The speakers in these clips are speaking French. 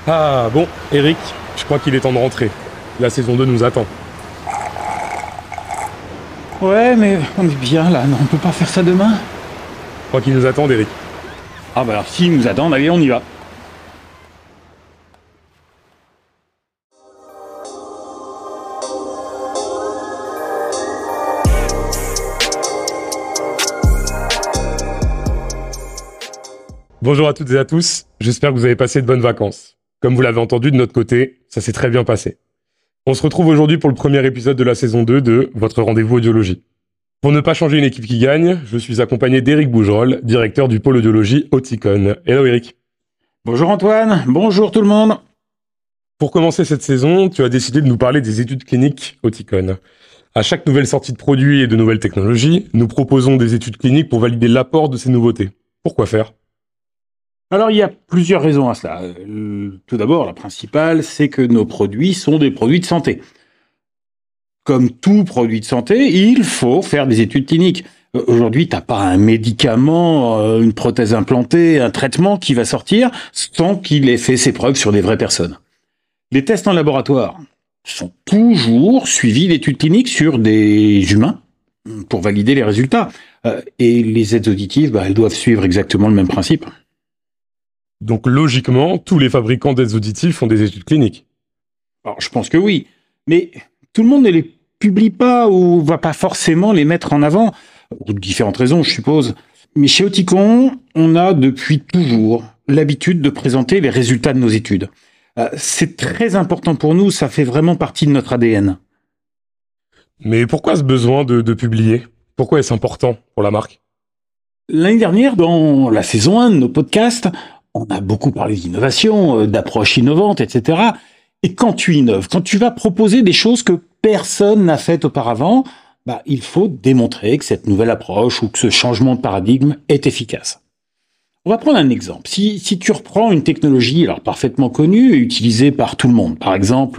Ah bon, Eric, je crois qu'il est temps de rentrer. La saison 2 nous attend. Ouais, mais on est bien là, non, on peut pas faire ça demain. Je crois qu'il nous attend, Eric. Ah bah alors s'ils nous attendent, allez, on y va. Bonjour à toutes et à tous, j'espère que vous avez passé de bonnes vacances. Comme vous l'avez entendu de notre côté, ça s'est très bien passé. On se retrouve aujourd'hui pour le premier épisode de la saison 2 de Votre rendez-vous audiologie. Pour ne pas changer une équipe qui gagne, je suis accompagné d'Éric Bougerolles, directeur du pôle audiologie Oticon. Hello Eric. Bonjour Antoine, bonjour tout le monde. Pour commencer cette saison, tu as décidé de nous parler des études cliniques Oticon. À chaque nouvelle sortie de produits et de nouvelles technologies, nous proposons des études cliniques pour valider l'apport de ces nouveautés. Pourquoi faire ? Alors il y a plusieurs raisons à cela. Tout d'abord, la principale, c'est que nos produits sont des produits de santé. Comme tout produit de santé, il faut faire des études cliniques. Aujourd'hui, t'as pas un médicament, une prothèse implantée, un traitement qui va sortir sans qu'il ait fait ses preuves sur des vraies personnes. Les tests en laboratoire sont toujours suivis d'études cliniques sur des humains pour valider les résultats. Et les aides auditives, elles doivent suivre exactement le même principe. Donc logiquement, tous les fabricants d'aides auditives font des études cliniques. Alors, je pense que oui, mais tout le monde ne les publie pas ou va pas forcément les mettre en avant, pour différentes raisons, je suppose. Mais chez Oticon, on a depuis toujours l'habitude de présenter les résultats de nos études. C'est très important pour nous, ça fait vraiment partie de notre ADN. Mais pourquoi ce besoin de publier ? Pourquoi est-ce important pour la marque ? L'année dernière, dans la saison 1 de nos podcasts, on a beaucoup parlé d'innovation, d'approches innovantes, etc. Et quand tu innoves, quand tu vas proposer des choses que personne n'a faites auparavant, il faut démontrer que cette nouvelle approche ou que ce changement de paradigme est efficace. On va prendre un exemple. Si tu reprends une technologie alors parfaitement connue et utilisée par tout le monde, par exemple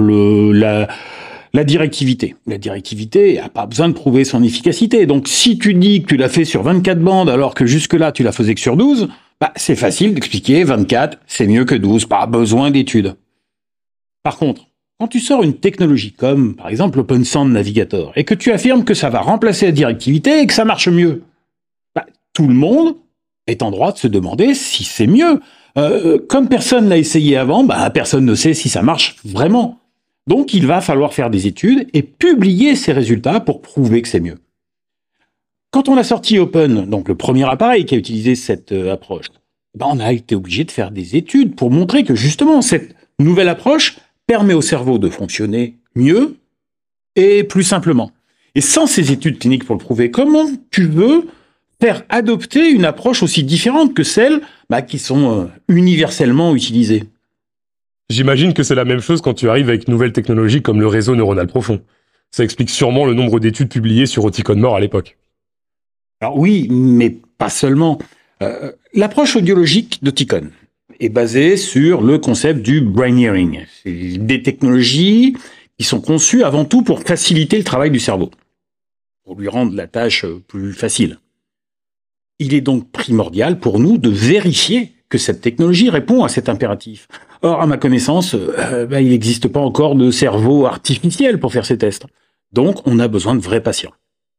la directivité. La directivité n'a pas besoin de prouver son efficacité. Donc si tu dis que tu l'as fait sur 24 bandes alors que jusque-là tu la faisais que sur 12, c'est facile d'expliquer 24, c'est mieux que 12, pas besoin d'études. Par contre, quand tu sors une technologie comme, par exemple, l'Open Sound Navigator, et que tu affirmes que ça va remplacer la directivité et que ça marche mieux, tout le monde est en droit de se demander si c'est mieux. Comme personne l'a essayé avant, personne ne sait si ça marche vraiment. Donc, il va falloir faire des études et publier ces résultats pour prouver que c'est mieux. Quand on a sorti Open, donc le premier appareil qui a utilisé cette approche, on a été obligé de faire des études pour montrer que justement cette nouvelle approche permet au cerveau de fonctionner mieux et plus simplement. Et sans ces études cliniques pour le prouver, comment tu veux faire adopter une approche aussi différente que celles qui sont universellement utilisées ? J'imagine que c'est la même chose quand tu arrives avec une nouvelle technologie comme le réseau neuronal profond. Ça explique sûrement le nombre d'études publiées sur Oticon More à l'époque. Alors oui, mais pas seulement. L'approche audiologique d'Oticon est basée sur le concept du brain hearing. C'est des technologies qui sont conçues avant tout pour faciliter le travail du cerveau, pour lui rendre la tâche plus facile. Il est donc primordial pour nous de vérifier que cette technologie répond à cet impératif. Or, à ma connaissance, il n'existe pas encore de cerveau artificiel pour faire ces tests. Donc, on a besoin de vrais patients.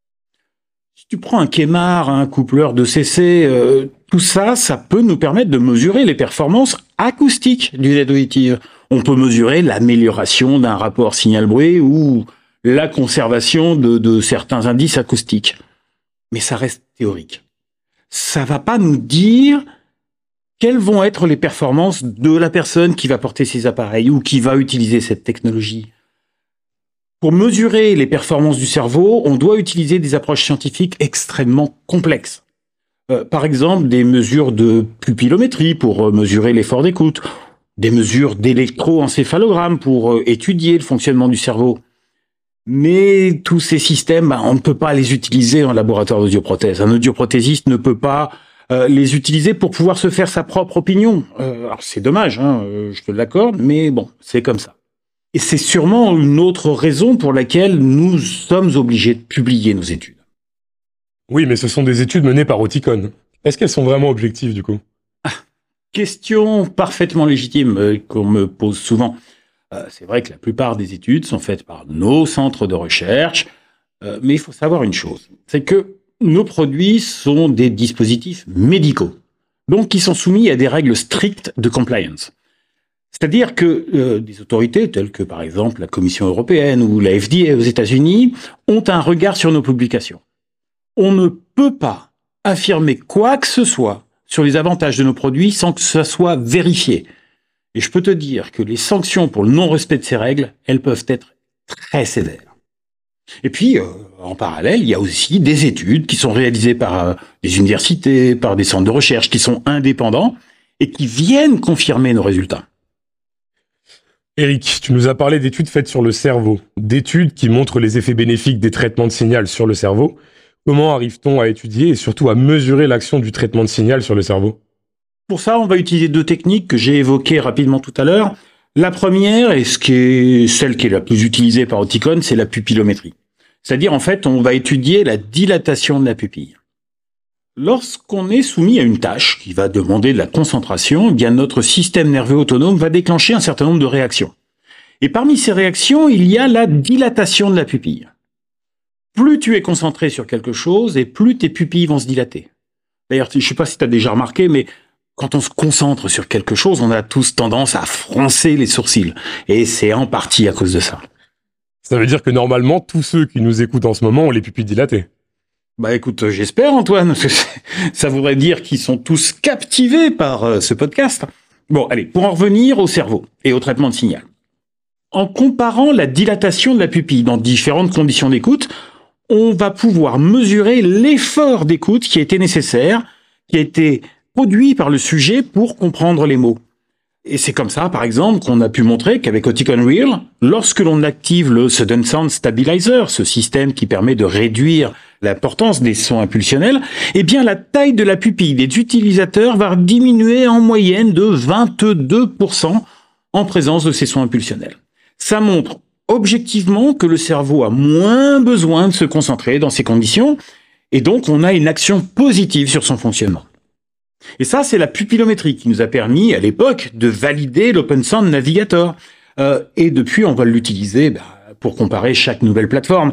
Si tu prends un Kemar, un coupleur de CC, tout ça, ça peut nous permettre de mesurer les performances acoustiques d'une aide auditive. On peut mesurer l'amélioration d'un rapport signal-bruit ou la conservation de certains indices acoustiques. Mais ça reste théorique. Ça va pas nous dire quelles vont être les performances de la personne qui va porter ces appareils ou qui va utiliser cette technologie. Pour mesurer les performances du cerveau, on doit utiliser des approches scientifiques extrêmement complexes. Par exemple, des mesures de pupillométrie pour mesurer l'effort d'écoute, des mesures d'électroencéphalogramme pour étudier le fonctionnement du cerveau. Mais tous ces systèmes, on ne peut pas les utiliser en laboratoire d'audioprothèse. Un audioprothésiste ne peut pas les utiliser pour pouvoir se faire sa propre opinion. Alors c'est dommage, je te l'accorde, mais bon, c'est comme ça. Et c'est sûrement une autre raison pour laquelle nous sommes obligés de publier nos études. Oui, mais ce sont des études menées par Oticon. Est-ce qu'elles sont vraiment objectives du coup ? question parfaitement légitime qu'on me pose souvent. C'est vrai que la plupart des études sont faites par nos centres de recherche, mais il faut savoir une chose, c'est que nos produits sont des dispositifs médicaux, donc qui sont soumis à des règles strictes de compliance. C'est-à-dire que des autorités telles que par exemple la Commission européenne ou la FDA aux États-Unis ont un regard sur nos publications. On ne peut pas affirmer quoi que ce soit sur les avantages de nos produits sans que ça soit vérifié. Et je peux te dire que les sanctions pour le non-respect de ces règles, elles peuvent être très sévères. Et puis, en parallèle, il y a aussi des études qui sont réalisées par des universités, par des centres de recherche qui sont indépendants et qui viennent confirmer nos résultats. Eric, tu nous as parlé d'études faites sur le cerveau, d'études qui montrent les effets bénéfiques des traitements de signal sur le cerveau. Comment arrive-t-on à étudier et surtout à mesurer l'action du traitement de signal sur le cerveau ? Pour ça, on va utiliser deux techniques que j'ai évoquées rapidement tout à l'heure. La première, et celle qui est la plus utilisée par Oticon, c'est la pupillométrie. C'est-à-dire, en fait, on va étudier la dilatation de la pupille. Lorsqu'on est soumis à une tâche qui va demander de la concentration, eh bien notre système nerveux autonome va déclencher un certain nombre de réactions. Et parmi ces réactions, il y a la dilatation de la pupille. Plus tu es concentré sur quelque chose, et plus tes pupilles vont se dilater. D'ailleurs, je ne sais pas si tu as déjà remarqué, mais quand on se concentre sur quelque chose, on a tous tendance à froncer les sourcils. Et c'est en partie à cause de ça. Ça veut dire que normalement, tous ceux qui nous écoutent en ce moment ont les pupilles dilatées. Bah écoute, j'espère Antoine, parce que ça voudrait dire qu'ils sont tous captivés par ce podcast. Bon, allez, pour en revenir au cerveau et au traitement de signal. En comparant la dilatation de la pupille dans différentes conditions d'écoute, on va pouvoir mesurer l'effort d'écoute qui a été nécessaire, qui a été produit par le sujet pour comprendre les mots. Et c'est comme ça, par exemple, qu'on a pu montrer qu'avec Oticon Real, lorsque l'on active le Sudden Sound Stabilizer, ce système qui permet de réduire l'importance des sons impulsionnels, eh bien la taille de la pupille des utilisateurs va diminuer en moyenne de 22% en présence de ces sons impulsionnels. Ça montre objectivement que le cerveau a moins besoin de se concentrer dans ces conditions, et donc on a une action positive sur son fonctionnement. Et ça, c'est la pupillométrie qui nous a permis, à l'époque, de valider l'Open Sound Navigator. Et depuis, on va l'utiliser pour comparer chaque nouvelle plateforme.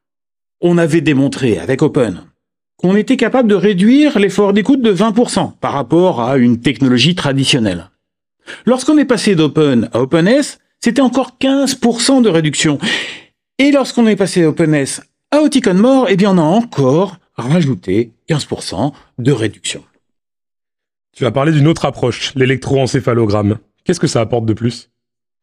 On avait démontré avec Open qu'on était capable de réduire l'effort d'écoute de 20% par rapport à une technologie traditionnelle. Lorsqu'on est passé d'Open à OpenS, c'était encore 15% de réduction. Et lorsqu'on est passé d'OpenS à Oticon More, eh bien, on a encore rajouté 15% de réduction. Tu as parlé d'une autre approche, l'électroencéphalogramme. Qu'est-ce que ça apporte de plus ?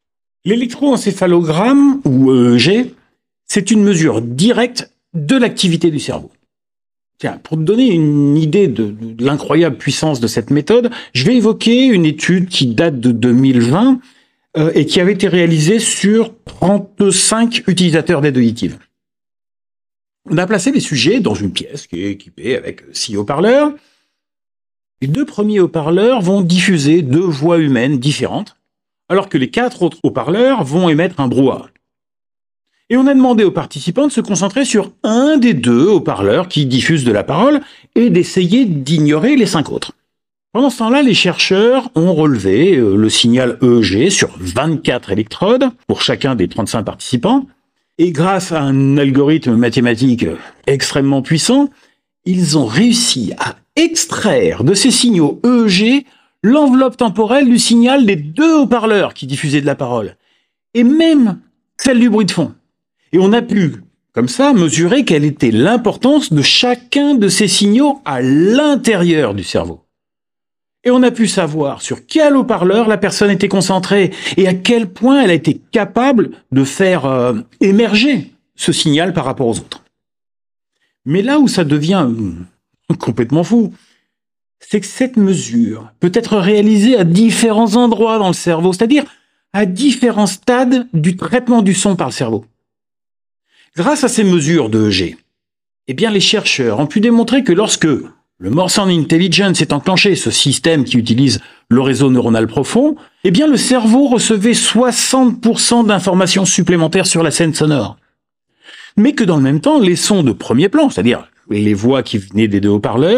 L'électroencéphalogramme, ou EEG, c'est une mesure directe de l'activité du cerveau. Tiens, pour te donner une idée de l'incroyable puissance de cette méthode, je vais évoquer une étude qui date de 2020 et qui avait été réalisée sur 35 utilisateurs d'aide auditive. On a placé les sujets dans une pièce qui est équipée avec 6 haut-parleurs. Les 2 premiers haut-parleurs vont diffuser 2 voix humaines différentes, alors que les 4 autres haut-parleurs vont émettre un brouhaha. Et on a demandé aux participants de se concentrer sur un des 2 haut-parleurs qui diffusent de la parole et d'essayer d'ignorer les 5 autres. Pendant ce temps-là, les chercheurs ont relevé le signal EEG sur 24 électrodes pour chacun des 35 participants, et grâce à un algorithme mathématique extrêmement puissant, ils ont réussi à extraire de ces signaux EEG l'enveloppe temporelle du signal des 2 haut-parleurs qui diffusaient de la parole, et même celle du bruit de fond. Et on a pu, comme ça, mesurer quelle était l'importance de chacun de ces signaux à l'intérieur du cerveau. Et on a pu savoir sur quel haut-parleur la personne était concentrée et à quel point elle a été capable de faire émerger ce signal par rapport aux autres. Mais là où ça devient complètement fou, c'est que cette mesure peut être réalisée à différents endroits dans le cerveau, c'est-à-dire à différents stades du traitement du son par le cerveau. Grâce à ces mesures de EEG, eh bien les chercheurs ont pu démontrer que lorsque le More Sound Intelligence est enclenché, ce système qui utilise le réseau neuronal profond, eh bien le cerveau recevait 60% d'informations supplémentaires sur la scène sonore. Mais que dans le même temps, les sons de premier plan, c'est-à-dire les voix qui venaient des 2 haut-parleurs,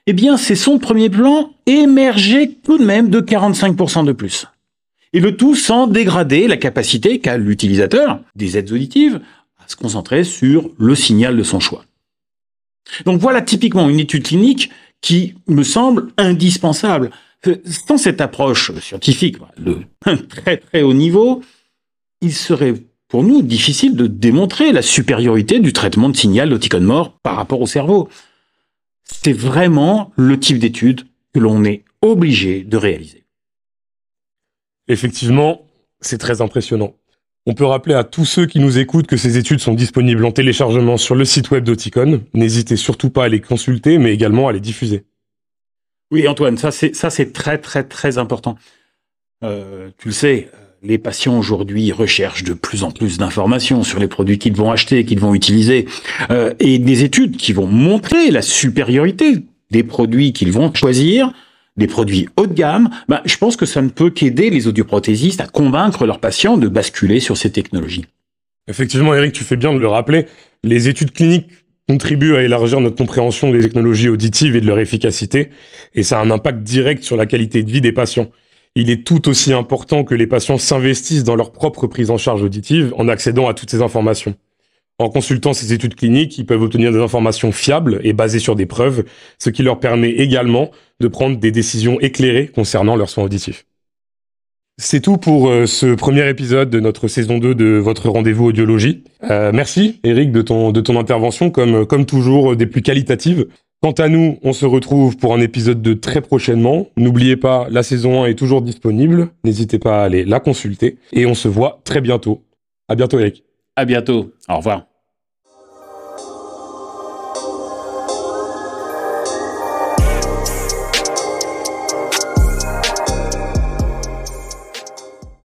eh bien, ces sons de premier plan émergeaient tout de même de 45% de plus. Et le tout sans dégrader la capacité qu'a l'utilisateur des aides auditives à se concentrer sur le signal de son choix. Donc voilà typiquement une étude clinique qui me semble indispensable. Sans cette approche scientifique de très très haut niveau, il serait pour nous difficile de démontrer la supériorité du traitement de signal d'Oticon More par rapport au cerveau. C'est vraiment le type d'étude que l'on est obligé de réaliser. Effectivement, c'est très impressionnant. On peut rappeler à tous ceux qui nous écoutent que ces études sont disponibles en téléchargement sur le site web d'Oticon. N'hésitez surtout pas à les consulter, mais également à les diffuser. Oui, Antoine, ça c'est très très très important. Tu le sais, les patients aujourd'hui recherchent de plus en plus d'informations sur les produits qu'ils vont acheter, qu'ils vont utiliser, et des études qui vont montrer la supériorité des produits qu'ils vont choisir, des produits haut de gamme. Je pense que ça ne peut qu'aider les audioprothésistes à convaincre leurs patients de basculer sur ces technologies. Effectivement, Eric, tu fais bien de le rappeler. Les études cliniques contribuent à élargir notre compréhension des technologies auditives et de leur efficacité, et ça a un impact direct sur la qualité de vie des patients. Il est tout aussi important que les patients s'investissent dans leur propre prise en charge auditive en accédant à toutes ces informations. En consultant ces études cliniques, ils peuvent obtenir des informations fiables et basées sur des preuves, ce qui leur permet également de prendre des décisions éclairées concernant leurs soins auditifs. C'est tout pour ce premier épisode de notre saison 2 de votre rendez-vous audiologie. Merci Eric de ton intervention, comme toujours des plus qualitatives. Quant à nous, on se retrouve pour un épisode 2 très prochainement. N'oubliez pas, la saison 1 est toujours disponible. N'hésitez pas à aller la consulter. Et on se voit très bientôt. À bientôt Eric. À bientôt. Au revoir.